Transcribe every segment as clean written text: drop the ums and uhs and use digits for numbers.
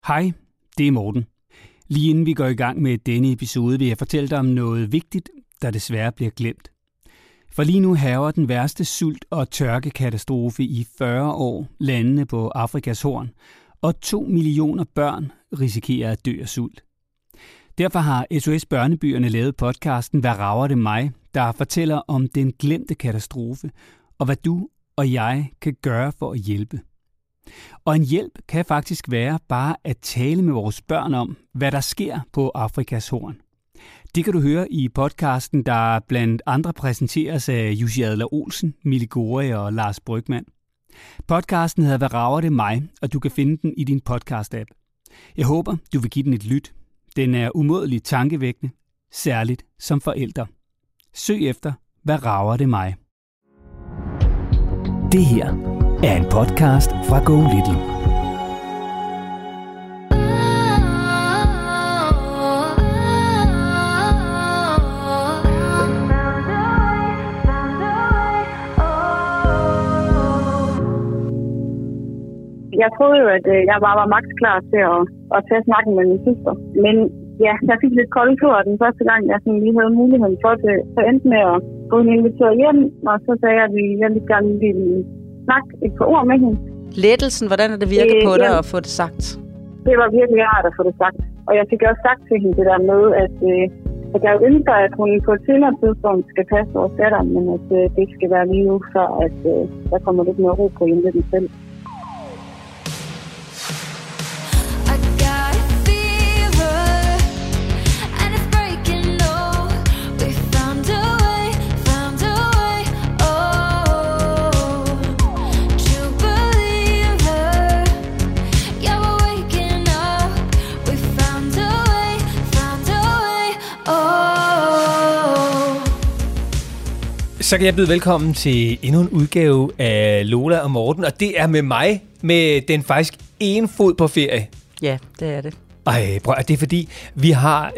Hej, det er Morten. Lige inden vi går i gang med denne episode, vil jeg fortælle dig om noget vigtigt, der desværre bliver glemt. For lige nu hærger den værste sult- og tørkekatastrofe i 40 år landene på Afrikas Horn, og 2 millioner børn risikerer at dø af sult. Derfor har SOS Børnebyerne lavet podcasten Hvad rager det mig?, der fortæller om den glemte katastrofe, og hvad du og jeg kan gøre for at hjælpe. Og en hjælp kan faktisk være bare at tale med vores børn om, hvad der sker på Afrikas Horn. Det kan du høre i podcasten, der blandt andre præsenteres af Jussi Adler-Olsen, Mille Gore og Lars Brygmann. Podcasten hedder Hvad rager det mig?, og du kan finde den i din podcast-app. Jeg håber, du vil give den et lyt. Den er umådeligt tankevækkende, særligt som forældre. Søg efter Hvad rager det mig? Det her er en podcast fra Go Little. Jeg troede jo, at jeg bare var maks klar til at tage snakken med min søster. Men ja, jeg fik lidt kolde tårer den første gang, jeg sådan lige havde muligheden for det. Så endte med at få hende inviteret hjem, og så sagde jeg, at jeg lige gerne ville snakke et par ord med hende. Lettelsen, hvordan er det virket på dig at få det sagt? Det var virkelig rart at få det sagt. Og jeg fik også sagt til hende det der med, at jeg ønsker, at hun på et senere tidspunkt skal passe vores datter, men at det skal være lige nu, før at der kommer lidt mere ro på hende ved den selv. Så kan jeg byde velkommen til endnu en udgave af Lola og Morten, og det er med mig, med den faktisk ene fod på ferie. Ja, det er det. Ej, prøv, det er fordi, vi har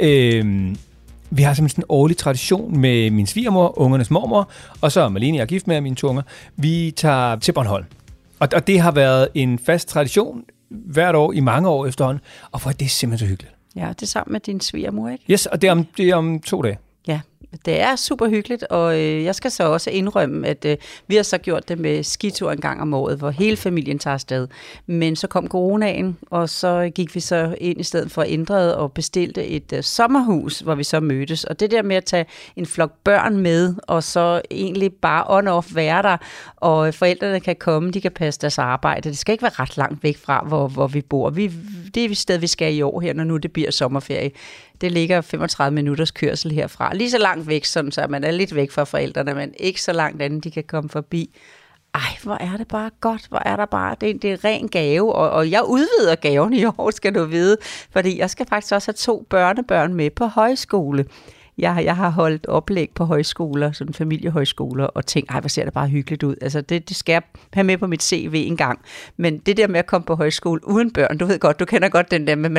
simpelthen en årlig tradition med min svigermor, ungernes mormor, og så Malene, jeg er gift med mine to unger. Vi tager til Bornholm. Og det har været en fast tradition hvert år i mange år efterhånden, og for det er simpelthen så hyggeligt. Ja, det er sammen med din svigermor, ikke? Yes, og det er om 2 dage. Ja, det er super hyggeligt, og jeg skal så også indrømme, at vi har så gjort det med skitur en gang om året, hvor hele familien tager afsted. Men så kom coronaen, og så gik vi så ind i stedet for ændret og bestilte et sommerhus, hvor vi så mødtes. Og det der med at tage en flok børn med, og så egentlig bare on-off være der, og forældrene kan komme, de kan passe deres arbejde. Det skal ikke være ret langt væk fra, hvor vi bor. Det er et sted, vi skal i år her, når nu det bliver sommerferie. Det ligger 35 minutters kørsel herfra. Lige så langt væk, sådan, så man er lidt væk fra forældrene, men ikke så langt andet, de kan komme forbi. Ej, hvor er det bare godt. Hvor er der bare. Det er en ren gave, og jeg udvider gaven i år, skal du vide. Fordi jeg skal faktisk også have 2 børnebørn med på højskole. Jeg har holdt oplæg på højskoler, sådan familiehøjskoler, og tænkt, hvor ser det bare hyggeligt ud. Altså, det skal jeg have med på mit CV en gang. Men det der med at komme på højskole uden børn, du ved godt, du kender godt den der med,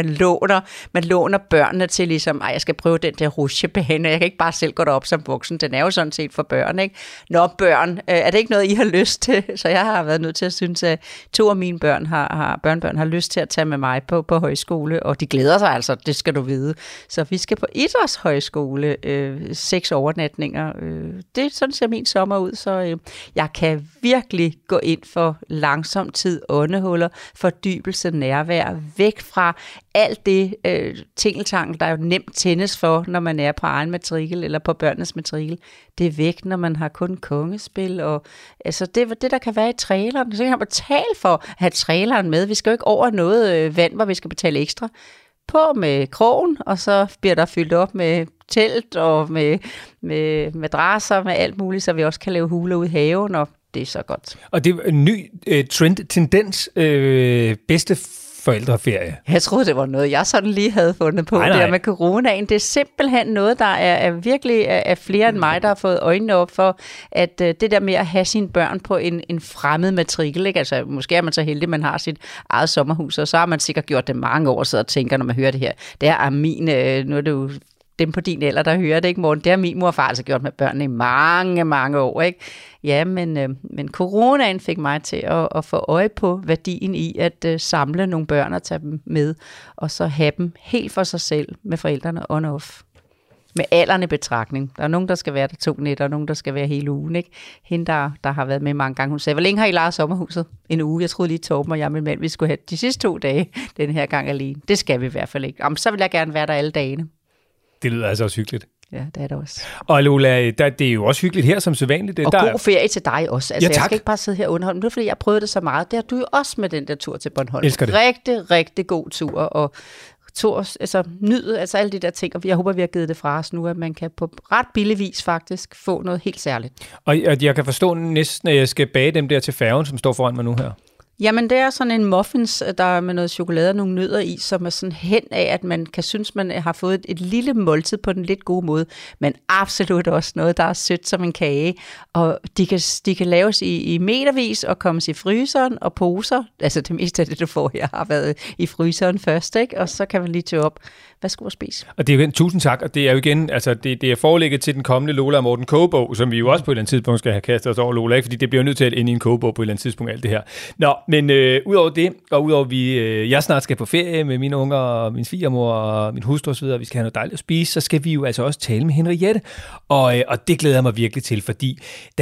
man låner børnene til ligesom, jeg skal prøve den der rutsjebane, jeg kan ikke bare selv gå derop som voksen, den er jo sådan set for børn, ikke? Nå, børn, er det ikke noget, I har lyst til? Så jeg har været nødt til at synes, at 2 af mine børnebørn har lyst til at tage med mig på højskole, og de glæder sig altså, det skal du vide. Så vi skal på idrætshøjskole, 6 overnatninger. Det sådan ser min sommer ud, så jeg kan virkelig gå ind for langsom tid, åndehuller, fordybelse, nærvær, væk fra alt det tingeltangel, der er jo nemt tændes for, når man er på egen matrikel eller på børnenes matrikel. Det er væk, når man har kun kongespil, og altså det der kan være i traileren. Så kan man betale for at have traileren med. Vi skal jo ikke over noget vand, hvor vi skal betale ekstra. På med krogen, og så bliver der fyldt op med telt og med madrasser, med alt muligt, så vi også kan lave huler ud i haven, og det er så godt. Og det er en ny tendens, bedste forældreferie. Jeg troede, det var noget, jeg sådan lige havde fundet på. Nej. Det der med coronaen. Det er simpelthen noget, der er virkelig af flere end mig, der har fået øjnene op for, at det der med at have sine børn på en fremmed matrikel, ikke? Altså, måske er man så heldig, at man har sit eget sommerhus, og så har man sikkert gjort det mange år, så og tænker, når man hører det her. Det er min, nu er det jo dem på din alder, der hører det, ikke, Morten? Det har min mor og far altså gjort med børnene i mange, mange år, ikke? Ja, men coronaen fik mig til at få øje på værdien i at samle nogle børn og tage dem med, og så have dem helt for sig selv med forældrene on-off. Med alderen i betragtning. Der er nogen, der skal være der 2 nætter, og nogen, der skal være hele ugen, ikke? Hende, der har været med mange gange, hun sagde, hvor længe har I lejet sommerhuset? En uge. Jeg troede lige, Torben og jeg, min mand, vi skulle have de sidste 2 dage den her gang alene. Det skal vi i hvert fald ikke. Jamen, så vil jeg gerne være der alle dagene. Det lyder altså også hyggeligt. Ja, det er det også. Og Lola, det er jo også hyggeligt her som sædvanligt. Og god ferie til dig også. Altså, ja, tak. Jeg skal ikke bare sidde her og underholde. Det er fordi, jeg prøvede det så meget. Det har du jo også med den der tur til Bornholm. Elsker det. Rigtig, rigtig god tur. Og nyde alle de der ting, og jeg håber, vi har givet det fra os nu, at man kan på ret billig vis faktisk få noget helt særligt. Og jeg kan forstå næsten, at jeg skal bage dem der til færgen, som står foran mig nu her. Jamen, det er sådan en muffins, der er med noget chokolade og nogle nødder i, som er sådan hen af, at man kan synes, man har fået et lille måltid på den lidt gode måde, men absolut også noget, der er sødt som en kage. Og de kan laves i metervis og kommes i fryseren og poser. Altså det meste af det, du får her, har været i fryseren først, ikke? Og så kan man lige tage op. Hvad skal du spise? Og det er jo igen, tusind tak, og det er jo igen, altså det er forelægget til den kommende Lola og Morten kogebog, som vi jo også på et eller andet tidspunkt skal have kastet os over, Lola, ikke? Fordi det bliver nødt til at ende i en kogebog på et eller andet tidspunkt, alt det her. Nå, men udover det, og udover jeg snart skal på ferie med mine unger og min svigermor og min hustru osv., vi skal have noget dejligt at spise, så skal vi jo altså også tale med Henriette, og det glæder jeg mig virkelig til, fordi da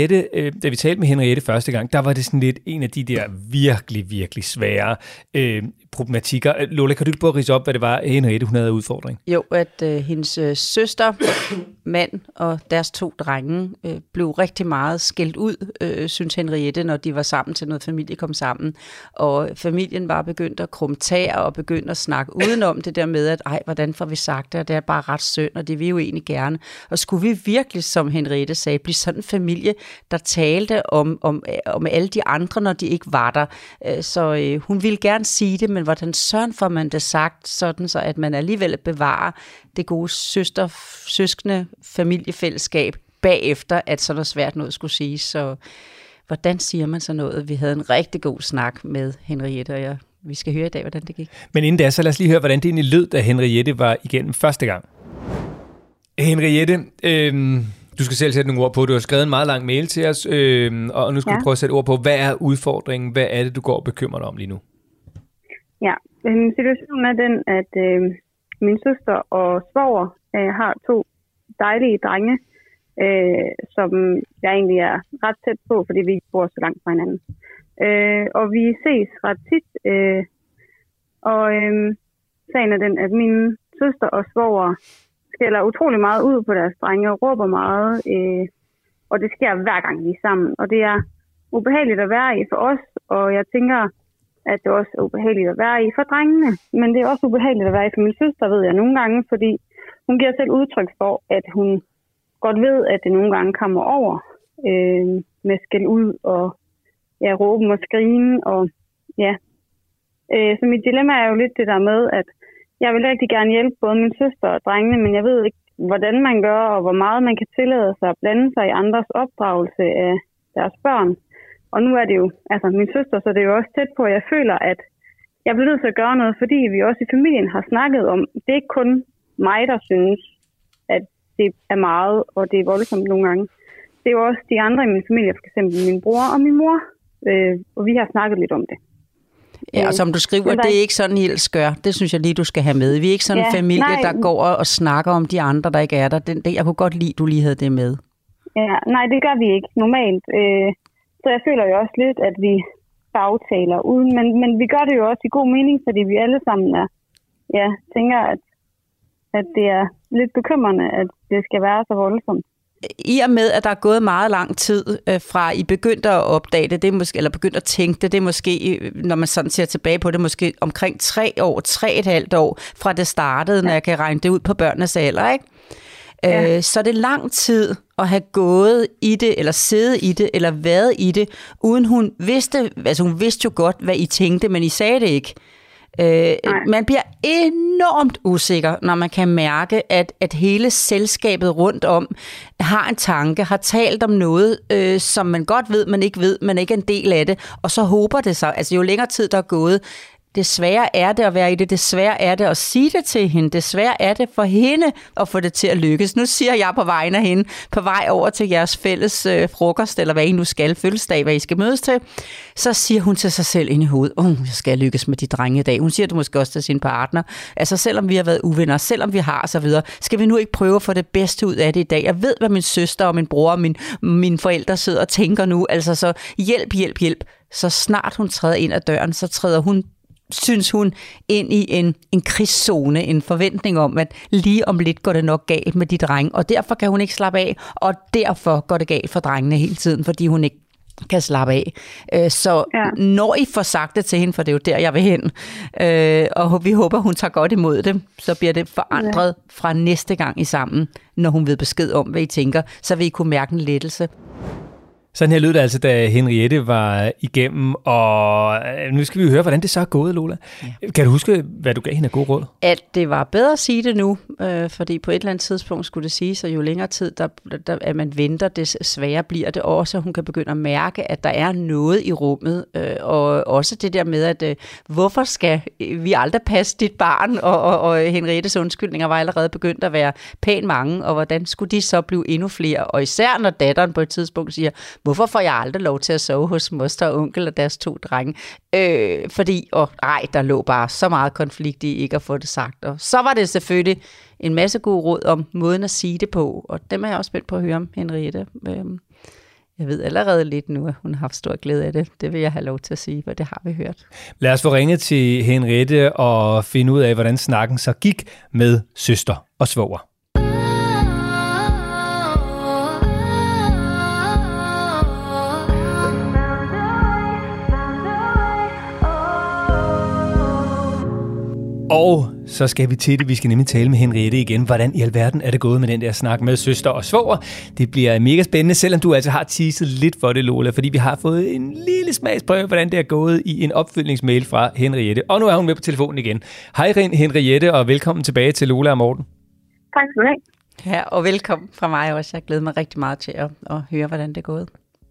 vi talte med Henriette første gang, der var det sådan lidt en af de der virkelig, virkelig svære problematikker. Lola, kan du ikke bare ridse op, hvad det var, Henriette, hun havde af udfordring? Jo, at hendes søster, mand og deres 2 drenge blev rigtig meget skældt ud, synes Henriette, når de var sammen til noget familie kom sammen. Og familien var begyndt at krumme tæer og begyndt at snakke udenom det der med, at hvordan får vi sagt det, og det er bare ret synd, og det vil jo egentlig gerne. Og skulle vi virkelig, som Henriette sagde, blive sådan en familie, der talte om alle de andre, når de ikke var der. Så hun ville gerne sige det, men hvordan søren får man det sagt, sådan så at man alligevel bevarer det gode søskende familiefællesskab bagefter, at sådan noget svært noget skulle siges. Så hvordan siger man så noget? Vi havde en rigtig god snak med Henriette, og vi skal høre i dag, hvordan det gik. Men inden da, så lad os lige høre, hvordan det egentlig lød, da Henriette var igennem første gang. Henriette, du skal selv sætte nogle ord på. Du har skrevet en meget lang mail til os, og nu skal du prøve at sætte ord på, hvad er udfordringen? Hvad er det, du går og bekymrer dig om lige nu? Ja, situationen er den, at min søster og svoger har 2 dejlige drenge, som jeg egentlig er ret tæt på, fordi vi ikke bor så langt fra hinanden. Og vi ses ret tit, og sagen er den, at min søster og svoger skælder utrolig meget ud på deres drenge og råber meget, og det sker hver gang vi er sammen. Og det er ubehageligt at være i for os, og jeg tænker, at det også er ubehageligt at være i for drengene. Men det er også ubehageligt at være i for min søster, ved jeg nogle gange, fordi hun giver selv udtryk for, at hun godt ved, at det nogle gange kommer over med skæld ud og råben og skrigen. Og, ja. Så mit dilemma er jo lidt det der med, at jeg vil rigtig gerne hjælpe både min søster og drengene, men jeg ved ikke, hvordan man gør, og hvor meget man kan tillade sig at blande sig i andres opdragelse af deres børn. Og nu er det jo, altså min søster, så det er jo også tæt på, at jeg føler, at jeg bliver nødt til at gøre noget, fordi vi også i familien har snakket om, det er ikke kun mig, der synes, at det er meget, og det er voldsomt nogle gange. Det er jo også de andre i min familie, for eksempel min bror og min mor, og vi har snakket lidt om det. Ja, og som du skriver, det er ikke sådan helt skør. Det synes jeg lige, du skal have med. Vi er ikke sådan en familie, der går og snakker om de andre, der ikke er der. Jeg kunne godt lide, du lige havde det med. Ja, nej, det gør vi ikke normalt. Så jeg føler jo også lidt, at vi bagtaler uden, men vi gør det jo også i god mening, fordi vi alle sammen tænker, at det er lidt bekymrende, at det skal være så voldsomt. I og med, at der er gået meget lang tid fra I begyndte at opdage det, eller begyndte at tænke det, det er måske, når man sådan ser tilbage på det, måske omkring 3 år, 3,5 år fra det startede, når jeg kan regne det ud på børnenes alder, ikke? Ja. Så det er lang tid at have gået i det, eller siddet i det, eller været i det, uden hun vidste, altså hun vidste jo godt, hvad I tænkte, men I sagde det ikke. Man bliver enormt usikker, når man kan mærke, at hele selskabet rundt om har en tanke, har talt om noget, som man godt ved, man ikke er en del af det, og så håber det sig, altså jo længere tid der er gået, Det svære er det at være i det. Det svære er det at sige det til hende. Det svære er det for hende at få det til at lykkes. Nu siger jeg på vegne af hende, på vej over til jeres fælles frokost, eller hvad I nu skal, fødselsdag, hvad I skal mødes til, så siger hun til sig selv ind i hovedet, jeg skal lykkes med de drenge i dag. Hun siger det måske også til sin partner. Altså selvom vi har været uvenner, selvom vi har så videre, skal vi nu ikke prøve at få det bedste ud af det i dag? Jeg ved, hvad min søster og min bror og mine forældre sidder og tænker nu. Altså så hjælp. Så snart hun træder ind ad døren, så træder hun, synes hun, ind i en krigszone, en forventning om, at lige om lidt går det nok galt med de drenge, og derfor kan hun ikke slappe af, og derfor går det galt for drengene hele tiden, fordi hun ikke kan slappe af. Så når I får sagt det til hende, for det er jo der, jeg vil hen, og vi håber, hun tager godt imod det, så bliver det forandret fra næste gang I sammen, når hun ved besked om, hvad I tænker, så vil I kunne mærke en lettelse. Sådan her lød det altså, da Henriette var igennem, og nu skal vi jo høre, hvordan det så er gået, Lola. Ja. Kan du huske, hvad du gav hende af gode råd? At det var bedre at sige det nu, fordi på et eller andet tidspunkt skulle det sige, så jo længere tid, at man venter, det sværere bliver det også. Hun kan begynde at mærke, at der er noget i rummet, og også det der med, at hvorfor skal vi aldrig passe dit barn, og Henriettes undskyldninger var allerede begyndt at være pænt mange, og hvordan skulle de så blive endnu flere? Og især når datteren på et tidspunkt siger, hvorfor får jeg aldrig lov til at sove hos moster og onkel og deres 2 drenge? Fordi, der lå bare så meget konflikt i ikke at få det sagt. Og så var det selvfølgelig en masse gode råd om måden at sige det på, og dem er jeg også spændt på at høre om, Henriette. Jeg ved allerede lidt nu, at hun har haft stor glæde af det. Det vil jeg have lov til at sige, for det har vi hørt. Lad os få ringet til Henriette og finde ud af, hvordan snakken så gik med søster og svoger. Og så skal vi til det. Vi skal nemlig tale med Henriette igen. Hvordan i alverden er det gået med den der snak med søster og svoger? Det bliver mega spændende, selvom du altså har teaset lidt for det, Lola, fordi vi har fået en lille smagsprøve, hvordan det er gået i en opfølgningsmail fra Henriette. Og nu er hun med på telefonen igen. Hej Henriette, og velkommen tilbage til Lola og Morten. Tak skal du have. Ja, og velkommen fra mig også. Jeg glæder mig rigtig meget til at høre, hvordan det er gået.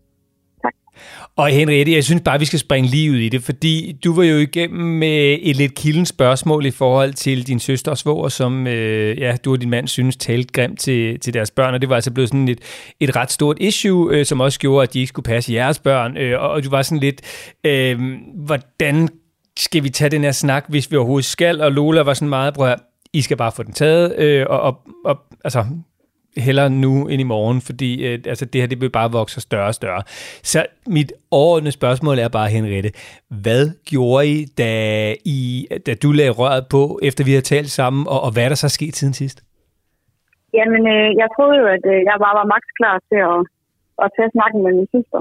Og Henriette, jeg synes bare, vi skal springe lige ud i det, fordi du var jo igennem med et lidt kildent spørgsmål i forhold til din søster og svoger, som du og din mand synes talte grimt til deres børn, og det var altså blevet sådan et ret stort issue, som også gjorde, at de ikke skulle passe jeres børn, og du var sådan lidt, hvordan skal vi tage den her snak, hvis vi overhovedet skal, og Lola var sådan meget, prøv at I skal bare få den taget, altså hellere nu end i morgen, fordi det her det vil bare vokse større og større. Så mit overordnede spørgsmål er bare, Henriette, hvad gjorde I, da du lagde røret på, efter vi havde talt sammen, og hvad er der så sket siden sidst? Jamen, jeg troede jo, at jeg bare var maks klar til at tage snakken med min søster.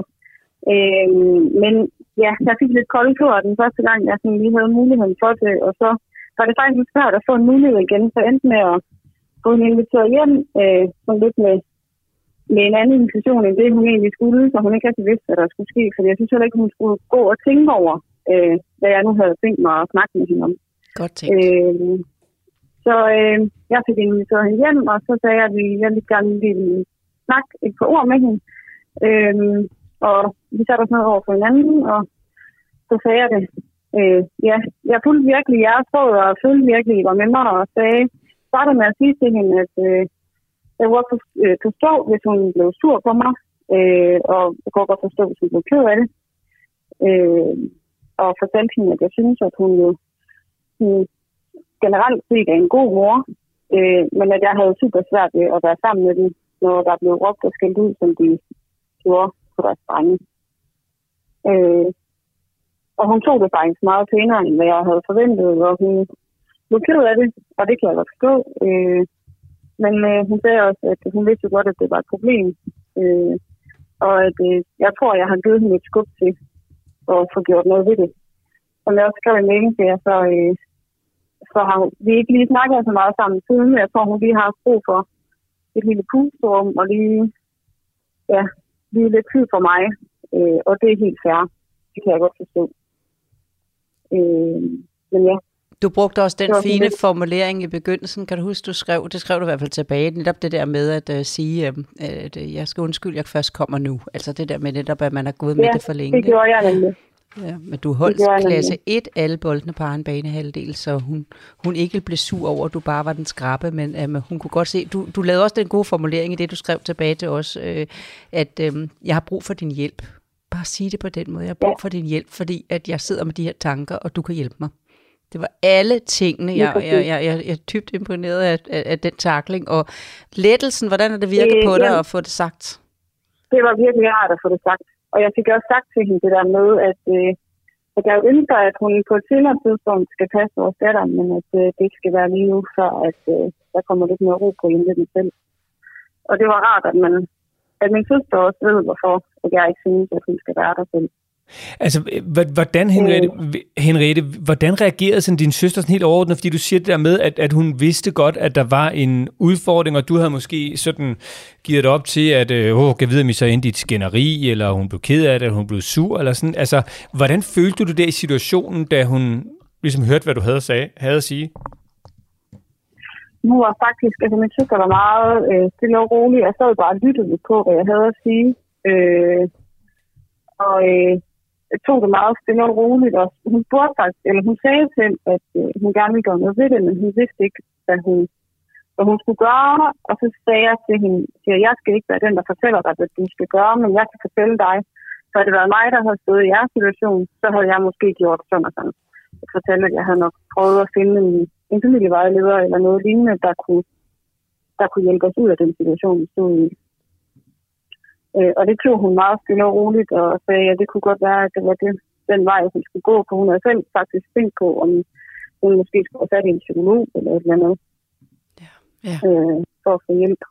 Men ja, jeg fik lidt kolde tårer den første gang, jeg sådan lige havde muligheden for det, og så var det faktisk svært at få en mulighed igen, så endte med at få hende inviteret hjem, sådan lidt med en anden invitation end det, hun egentlig skulle, så hun ikke rigtig vidste, hvad der skulle ske, fordi jeg synes heller ikke, hun skulle gå og tænke over, hvad jeg nu havde tænkt mig at snakke med hende om. Godt tænkt. Så jeg fik inviteret hende hjem, og så sagde jeg, at jeg lidt gerne ville snakke et par ord med hende. Og vi satte os ned over for hinanden, og så sagde jeg det. Jeg fulgte virkelig jeres råd, og følte virkelig, I var med mig, og startede med at sige til hende, at jeg kunne godt forstå, hvis hun blev sur på mig, og jeg kunne godt forstå, hvis hun blev ked af det. Og fortalte hende, at jeg synes, at hun jo generelt set er en god mor, men at jeg havde super svært ved at være sammen med dem, når der blev råbt og skældt ud, som de gjorde på deres drenge. Og hun tog det faktisk meget pænere, end hvad jeg havde forventet, og hun blev ked af det, og det kan jeg godt forstå. Men hun sagde også, at hun vidste godt, at det var et problem. Og at jeg tror, jeg har givet hende et skub til at få gjort noget ved det. Som jeg også skrev i mailen til jer, så har vi ikke lige snakket så meget sammen siden. Jeg tror, hun lige har brug for et lille pusterum, og lige lidt tid for mig. Og det er helt fair. Det kan jeg godt forstå. Men ja. Du brugte også den fine formulering i begyndelsen, kan du huske, det skrev du i hvert fald tilbage, netop det der med at sige, at jeg skal undskylde, jeg først kommer nu. Altså det der med netop, at man er gået med det for længe. Det gjorde jeg nemlig. Ja, men du holdt klasse 1 alle boldene på egen banehalvdel, så hun ikke blev sur over, at du bare var den skrappe, men hun kunne godt se, du lavede også den gode formulering i det, du skrev tilbage til os, at jeg har brug for din hjælp. Bare sige det på den måde, jeg har brug for din hjælp, fordi at jeg sidder med de her tanker, og du kan hjælpe mig. Det var alle tingene. Jeg er dybt imponeret af den tackling, og lettelsen, hvordan har det virket på dig at få det sagt? Det var virkelig rart at få det sagt. Og jeg fik også sagt til hende det der med, at jeg ønsker, at hun på et senere tidspunkt skal passe vores datter, men at det ikke skal være lige nu, før at der kommer lidt mere ro på hende selv. Og det var rart, at min søster også ved, hvorfor at jeg ikke synes, at hun skal være der selv. Altså, hvordan, Henriette, hvordan reagerede sådan din søster sådan helt overordnet, fordi du siger det der med, at hun vidste godt, at der var en udfordring, og du havde måske sådan givet op til, at kan vide, om I så endte i et skænderi, eller hun blev ked af det, eller hun blev sur, eller sådan. Altså, hvordan følte du det der i situationen, da hun ligesom hørte, hvad du havde at sige? Nu var faktisk, altså min søster var meget stille og rolig, og så bare lyttede på, hvad jeg havde at sige. Jeg tog det meget stille og roligt, og hun sagde selv, at hun gerne ville gøre noget ved det, men hun vidste ikke, hvad hun skulle gøre. Og så sagde jeg til hende, at jeg skal ikke være den, der fortæller dig, hvad du skal gøre, men jeg kan fortælle dig. Så havde det været mig, der havde stået i jeres situation, så havde jeg måske gjort sådan og sådan. Jeg fortalte, at jeg havde nok prøvet at finde en familievejleder eller noget lignende, der kunne hjælpe os ud af den situation, vi stod i. Og det tog hun meget stille og roligt, og sagde, at det kunne godt være, at det var den vej, hun skulle gå på. Hun havde selv faktisk tænkt på, om hun måske skulle have fat i en psykolog eller et eller andet, for at få hjælp.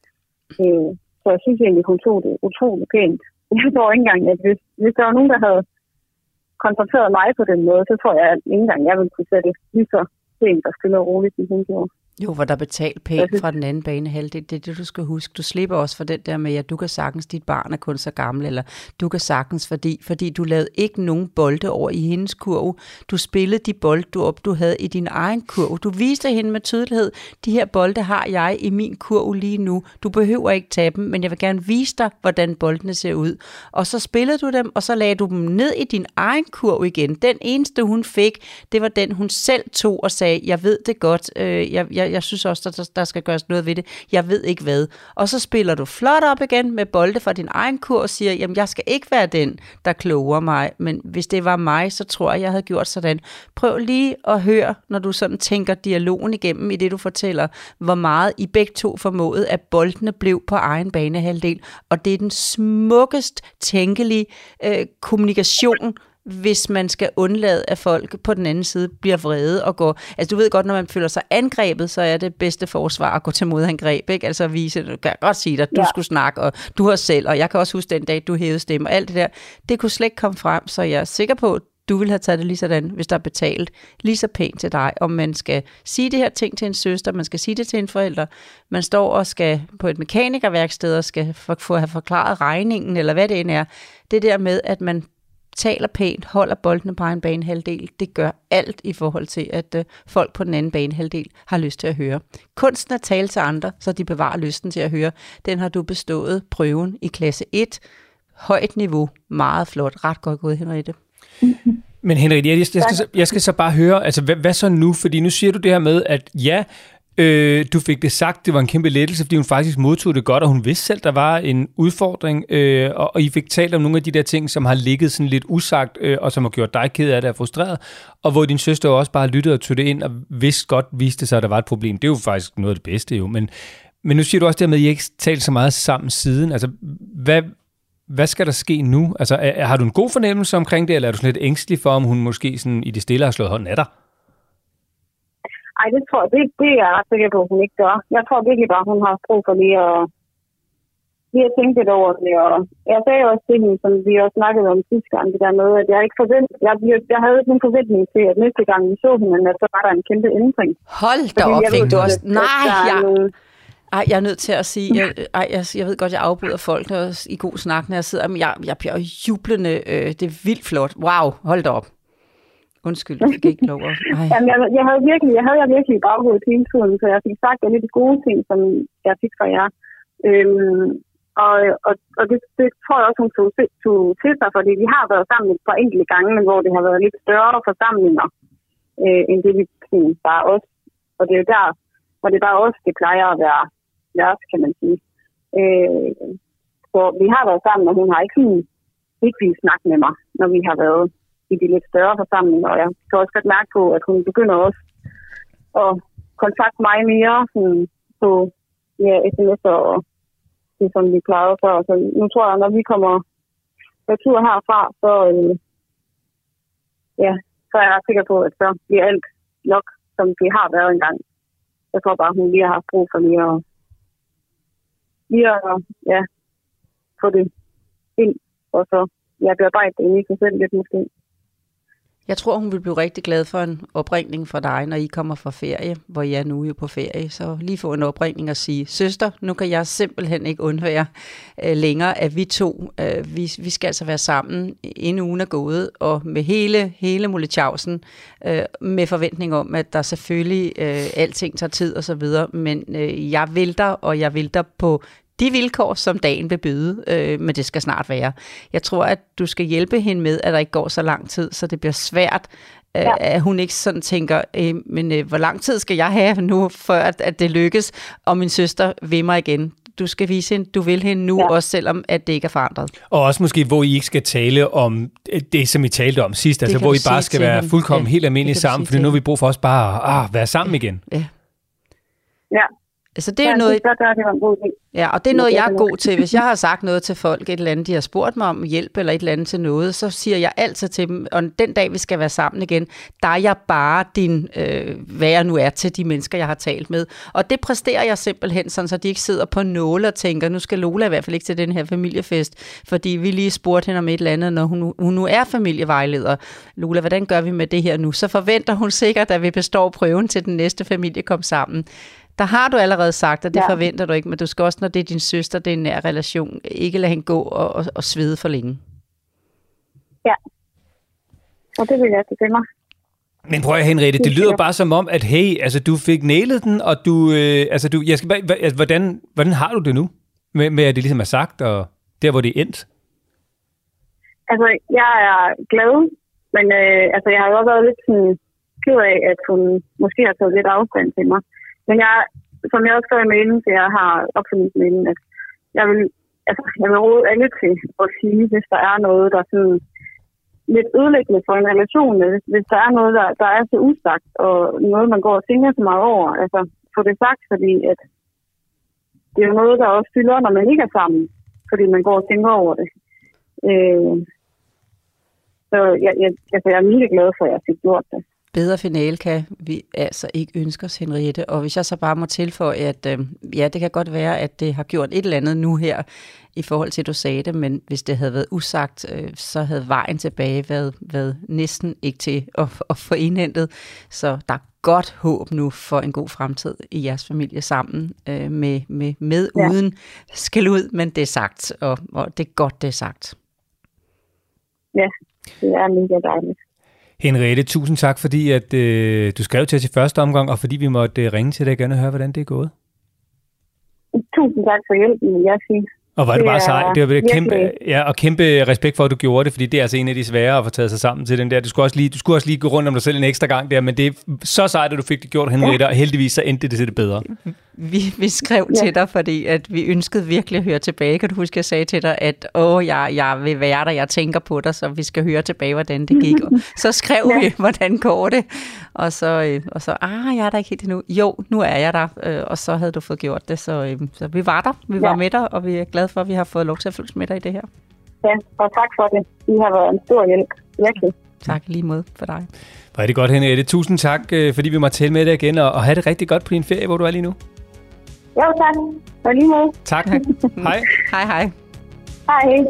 Så jeg synes egentlig, hun tog det utroligt pænt. Jeg tror ikke engang, at hvis der var nogen, der havde konfronteret mig på den måde, så tror jeg, at ikke engang jeg ville kunne sætte lige så pænt og stille og roligt, som hun gjorde. Jo, hvor der betalt pænt fra den anden banehalvdel. Det er det, du skal huske. Du slipper også for den der med, at du kan sagtens, dit barn er kun så gammel, eller du kan sagtens, fordi du lavede ikke nogen bolde over i hendes kurv. Du spillede de bolde, du havde i din egen kurv. Du viste hende med tydelighed, de her bolde har jeg i min kurv lige nu. Du behøver ikke tage dem, men jeg vil gerne vise dig, hvordan boldene ser ud. Og så spillede du dem, og så lagde du dem ned i din egen kurv igen. Den eneste, hun fik, det var den, hun selv tog og sagde, jeg ved det godt, jeg synes også, der skal gøres noget ved det. Jeg ved ikke hvad. Og så spiller du flot op igen med bolde fra din egen kur og siger, jamen jeg skal ikke være den, der kloger mig. Men hvis det var mig, så tror jeg havde gjort sådan. Prøv lige at høre, når du sådan tænker dialogen igennem i det, du fortæller, hvor meget I begge to formåede, at boldene blev på egen banehalvdel. Og det er den smukkest tænkelige kommunikation, hvis man skal undlade, at folk på den anden side bliver vrede og går... Altså, du ved godt, når man føler sig angrebet, så er det bedste forsvar at gå til modangreb, ikke? Altså, vise, du kan godt sige dig, at du skulle snakke, og du har selv, og jeg kan også huske den dag, du hævede stemme, og alt det der. Det kunne slet ikke komme frem, så jeg er sikker på, at du ville have taget det lige sådan, hvis der er betalt lige så pænt til dig, om man skal sige det her ting til en søster, man skal sige det til en forælder, man står og skal på et mekanikerværksted og skal få have forklaret regningen, eller hvad det end er. Det der med, at man taler pænt, holder boldene på en banehalvdel, det gør alt i forhold til, at folk på den anden banehalvdel har lyst til at høre. Kunsten at tale til andre, så de bevarer lysten til at høre, den har du bestået prøven i klasse 1. Højt niveau, meget flot, ret godt gået, Henriette. Men Henriette, jeg skal så bare høre, altså hvad så nu? Fordi nu siger du det her med, at ja, du fik det sagt, det var en kæmpe lettelse, fordi hun faktisk modtog det godt, og hun vidste selv, der var en udfordring, og I fik talt om nogle af de der ting, som har ligget sådan lidt usagt, og som har gjort dig ked af det og frustreret, og hvor din søster også bare lyttede og tog det ind, og viste sig, at der var et problem. Det er jo faktisk noget af det bedste jo, men nu siger du også det med, at I ikke talt så meget sammen siden. Altså, hvad skal der ske nu? Altså, har du en god fornemmelse omkring det, eller er du sådan lidt ængstelig for, om hun måske sådan i det stille har slået hånden af dig? Ej, det tror jeg, det er jeg ret sikker på, at hun ikke gør. Jeg tror virkelig bare, hun har brug for lige at tænke lidt over det. Og jeg sagde også til hende, som vi også snakkede om sidste gang, det der med, at jeg ikke jeg havde ikke nogen forventning til, at næste gang vi så hende, at så var der en kæmpe ændring. Hold da op, fik du også... Nej, jeg er nødt til at sige, jeg ved godt, jeg afbryder folk i god snak, når jeg sidder, men jeg bliver jublende. Det er vildt flot. Wow, hold da op. Undskyld, jeg fik ikke lov at... Jamen, jeg havde virkelig i baghovedet hele tiden, så jeg fik sagt alle de gode ting, som jeg fik fra jer. Og det tror jeg også, hun tog til sig, fordi vi har været sammen et par enkelte gange, men hvor det har været lidt større forsamlinger, end det vi bare os. Og det er jo der, hvor det bare også det plejer at være værst, kan man sige. Så vi har været sammen, og hun har ikke ville snakke med mig, når vi har været i de lidt større forsamlinger. Og jeg kan også godt mærke på, at hun begynder også at kontakte mig mere sådan, på sms'er og det, som vi plejede før. Så nu tror jeg, når vi kommer retur herfra, så er jeg sikker på, at så bliver alt nok, som det har været engang. Jeg tror bare, hun lige har haft brug for lige at få det ind, og så bearbejde det i sig selv lidt måske. Jeg tror, hun vil blive rigtig glad for en opringning fra dig, når I kommer fra ferie, hvor I er nu jo på ferie. Så lige få en opringning og sige, søster, nu kan jeg simpelthen ikke undvære længere, at vi to, vi skal altså være sammen, inden ugen er gået, og med hele muletjavsen, med forventning om, at der selvfølgelig alting tager tid og så videre, men jeg vælter på de vilkår, som dagen vil byde, men det skal snart være. Jeg tror, at du skal hjælpe hende med, at der ikke går så lang tid, så det bliver svært, at hun ikke sådan tænker, men hvor lang tid skal jeg have nu, for at det lykkes, og min søster vil mig igen. Du skal vise hende, du vil hende nu, også selvom at det ikke er forandret. Og også måske, hvor I ikke skal tale om det, som I talte om sidst, altså hvor I bare skal være fuldkommen helt almindelige sammen, for nu har vi brug for os bare at være sammen igen. Ja. Altså det er noget, og det er noget, jeg er god til. Hvis jeg har sagt noget til folk, et eller andet, de har spurgt mig om hjælp eller et eller andet til noget, så siger jeg altid til dem, og den dag, vi skal være sammen igen, der er jeg bare din, hvad jeg nu er til de mennesker, jeg har talt med. Og det præsterer jeg simpelthen, sådan, så de ikke sidder på nåle og tænker, nu skal Lola i hvert fald ikke til den her familiefest, fordi vi lige spurgte hende om et eller andet, når hun nu er familievejleder. Lola, hvordan gør vi med det her nu? Så forventer hun sikkert, at vi består prøven til den næste familie kom sammen. Der har du allerede sagt, at det forventer du ikke, men du skal også, når det er din søster, det er en nær relation, ikke lade hende gå og svede for længe. Ja, og det vil jeg til mig. Men prøv at Henriette, det lyder bare som om, at hey, altså du fik nailet den, og hvordan har du det nu? Med at det ligesom er sagt, og der hvor det er endt? Altså, jeg er glad, men jeg har jo også været lidt sådan ked af, at hun måske har taget lidt afstand til mig. Men som jeg også skrev i mailen, så jeg har opfundet mailen, at jeg vil råde alle til at sige, hvis der er noget, der er sådan lidt ødelæggende for en relation, hvis der er noget, der er så usagt, og noget, man går og tænker så meget over, altså få det sagt, fordi at det er jo noget, der også fylder, når man ikke er sammen, fordi man går og tænker over det. Så jeg er mega glad for, at jeg fik gjort det. Bedre finale kan vi altså ikke ønske os, Henriette. Og hvis jeg så bare må tilføje, at det kan godt være, at det har gjort et eller andet nu her, i forhold til, at du sagde det, men hvis det havde været usagt, så havde vejen tilbage været næsten ikke til at få indhentet. Så der er godt håb nu for en god fremtid i jeres familie sammen, med uden skæld ud, men det er sagt, og det er godt, det er sagt. Ja, det er mega dejligt. Henriette, tusind tak, fordi at du skrev til os i første omgang, og fordi vi måtte ringe til dig og gerne høre, hvordan det er gået. Tusind tak for hjælpen, jeg siger. Og var det bare sej. Det var kæmpe respekt for, at du gjorde det, fordi det er altså en af de svære at få taget sig sammen til den der. Du skulle også lige gå rundt om dig selv en ekstra gang der, men det er så sejt, at du fik det gjort, Henriette, og heldigvis så endte det til det bedre. Vi skrev til dig, fordi at vi ønskede virkelig at høre tilbage. Kan du huske, jeg sagde til dig, at jeg vil være der, jeg tænker på dig, så vi skal høre tilbage, hvordan det gik. Og så skrev vi, hvordan går det? Og så jeg er der ikke helt endnu. Jo, nu er jeg der, og så havde du fået gjort det, så vi var der. Vi var med dig, og vi er glade for, at vi har fået lov til at følge med dig i det her. Ja, og tak for det. I har været en stor hjælp. Virkelig. Tak lige måde for dig. Var det godt, Henriette. Tusind tak, fordi vi måtte tale med dig igen, og have det rigtig godt på din ferie, hvor du er lige nu. Jo, tak. Og lige måde. Tak. Hej. Hej. Hej.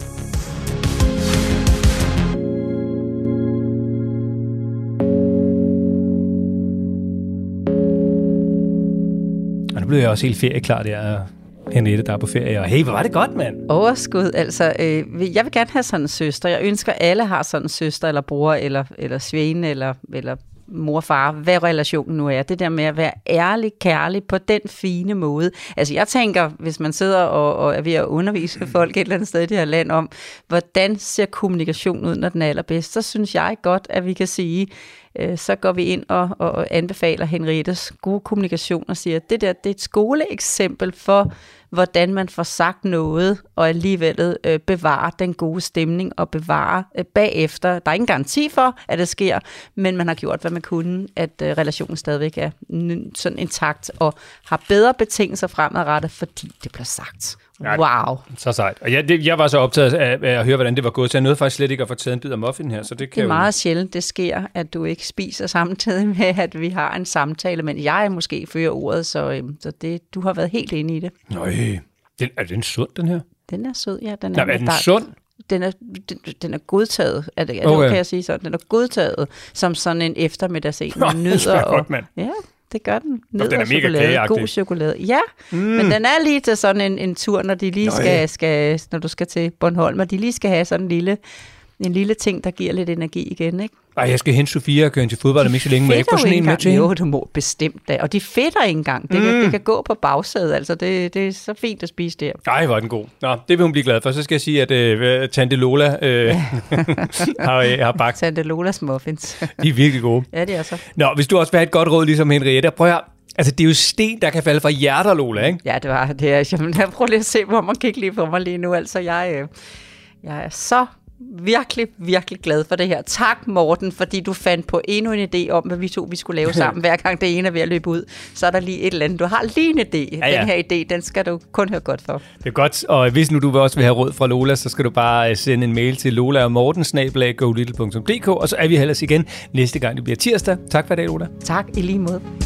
Og nu blev jeg også helt ferieklar der, Henriette, der er på ferie. Og hey, hvor var det godt, mand! Overskud, altså. Jeg vil gerne have sådan en søster. Jeg ønsker, alle har sådan en søster, eller bror, eller svene, eller mor og far, hvad relationen nu er. Det der med at være ærlig, kærlig på den fine måde. Altså jeg tænker, hvis man sidder og er ved at undervise folk et eller andet sted i det her land om, hvordan ser kommunikation ud, når den er allerbedst, så synes jeg godt, at vi kan sige, så går vi ind og anbefaler Henriettes gode kommunikation og siger, at det er et skoleeksempel for, hvordan man får sagt noget, og alligevel bevare den gode stemning og bevare bagefter. Der er ingen garanti for, at det sker, men man har gjort, hvad man kunne, at relationen stadigvæk er sådan intakt og har bedre betingelser fremadrettet, fordi det bliver sagt. Wow. Så sejt. Og jeg var så optaget af at høre, hvordan det var gået, så jeg nåede faktisk slet ikke at få taget en bid af muffin her. Så det er meget sjældent, det sker, at du ikke spiser samtidig med, at vi har en samtale, men jeg måske fører ordet, så det, du har været helt inde i det. Nøj, er den sund, den her? Den er sød, ja. Er den sund? Den er godtaget, okay. Kan jeg sige sådan. Den er godtaget som sådan en eftermiddagsen. Det smager godt, mand. Ja. Det gør den. Den er mega kageagtig. God chokolade. Ja, men den er lige til sådan en tur, når de lige skal, når du skal til Bornholm, og de lige skal have sådan en lille ting, der giver lidt energi igen, ikke? Ej, jeg skal hente Sofia og køre til fodbold, om ikke så længe, må jeg ikke få sådan en med til hende? Jo, du må bestemt da. Og de fedter ikke engang. Det kan gå på bagsædet, altså det er så fint at spise der. Ej, hvor er den god. Nå, det vil hun blive glad for. Så skal jeg sige, at Tante Lola har bagt. Tante Lolas muffins. De er virkelig gode. Ja, det er så. Nå, hvis du også vil have et godt råd, ligesom Henriette, prøv at altså, det er jo sten, der kan falde fra hjerter, Lola, ikke? Ja, det var det. Jeg prøver lige at se, hvor man kigger lige på mig lige nu. Altså, jeg er så virkelig, virkelig glad for det her. Tak, Morten, fordi du fandt på endnu en idé om, hvad vi skulle lave sammen. Hver gang det ene er ved at løbe ud, så er der lige et eller andet. Du har lige en idé. Ja. Den her idé, den skal du kun høre godt for. Det er godt, og hvis nu du også vil have råd fra Lola, så skal du bare sende en mail til lola@morten@golittle.dk, og så er vi ellers igen næste gang, det bliver tirsdag. Tak for i dag, Lola. Tak, i lige måde.